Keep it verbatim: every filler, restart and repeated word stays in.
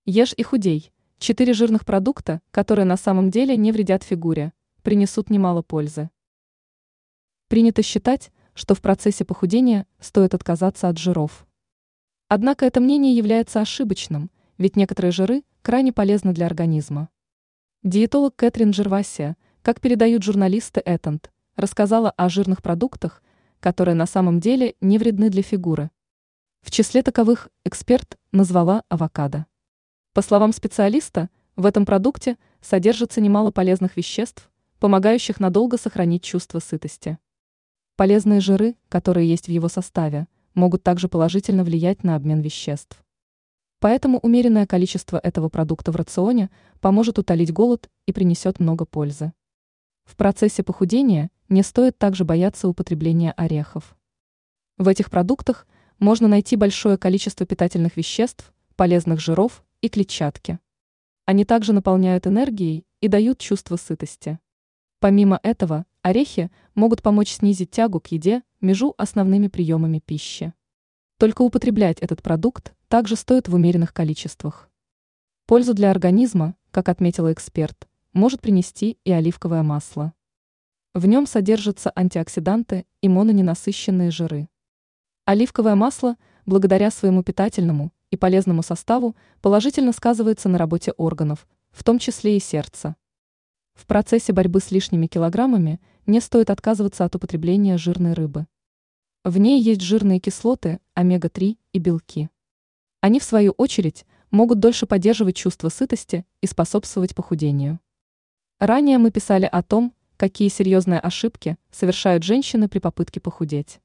Ешь и худей. Четыре жирных продукта, которые на самом деле не вредят фигуре, принесут немало пользы. Принято считать, что в процессе похудения стоит отказаться от жиров. Однако это мнение является ошибочным, ведь некоторые жиры крайне полезны для организма. Диетолог Кэтрин Джервасия, как передают журналисты Этант, рассказала о жирных продуктах, которые на самом деле не вредны для фигуры. В числе таковых эксперт назвала авокадо. По словам специалиста, в этом продукте содержится немало полезных веществ, помогающих надолго сохранить чувство сытости. Полезные жиры, которые есть в его составе, могут также положительно влиять на обмен веществ. Поэтому умеренное количество этого продукта в рационе поможет утолить голод и принесет много пользы. В процессе похудения не стоит также бояться употребления орехов. В этих продуктах можно найти большое количество питательных веществ, полезных жиров и клетчатки. Они также наполняют энергией и дают чувство сытости. Помимо этого, орехи могут помочь снизить тягу к еде между основными приемами пищи. Только употреблять этот продукт также стоит в умеренных количествах. Пользу для организма, как отметила эксперт, может принести и оливковое масло. В нем содержатся антиоксиданты и мононенасыщенные жиры. Оливковое масло, благодаря своему питательному и полезному составу, положительно сказывается на работе органов, в том числе и сердца. В процессе борьбы с лишними килограммами не стоит отказываться от употребления жирной рыбы. В ней есть жирные кислоты, омега три и белки. Они, в свою очередь, могут дольше поддерживать чувство сытости и способствовать похудению. Ранее мы писали о том, какие серьезные ошибки совершают женщины при попытке похудеть.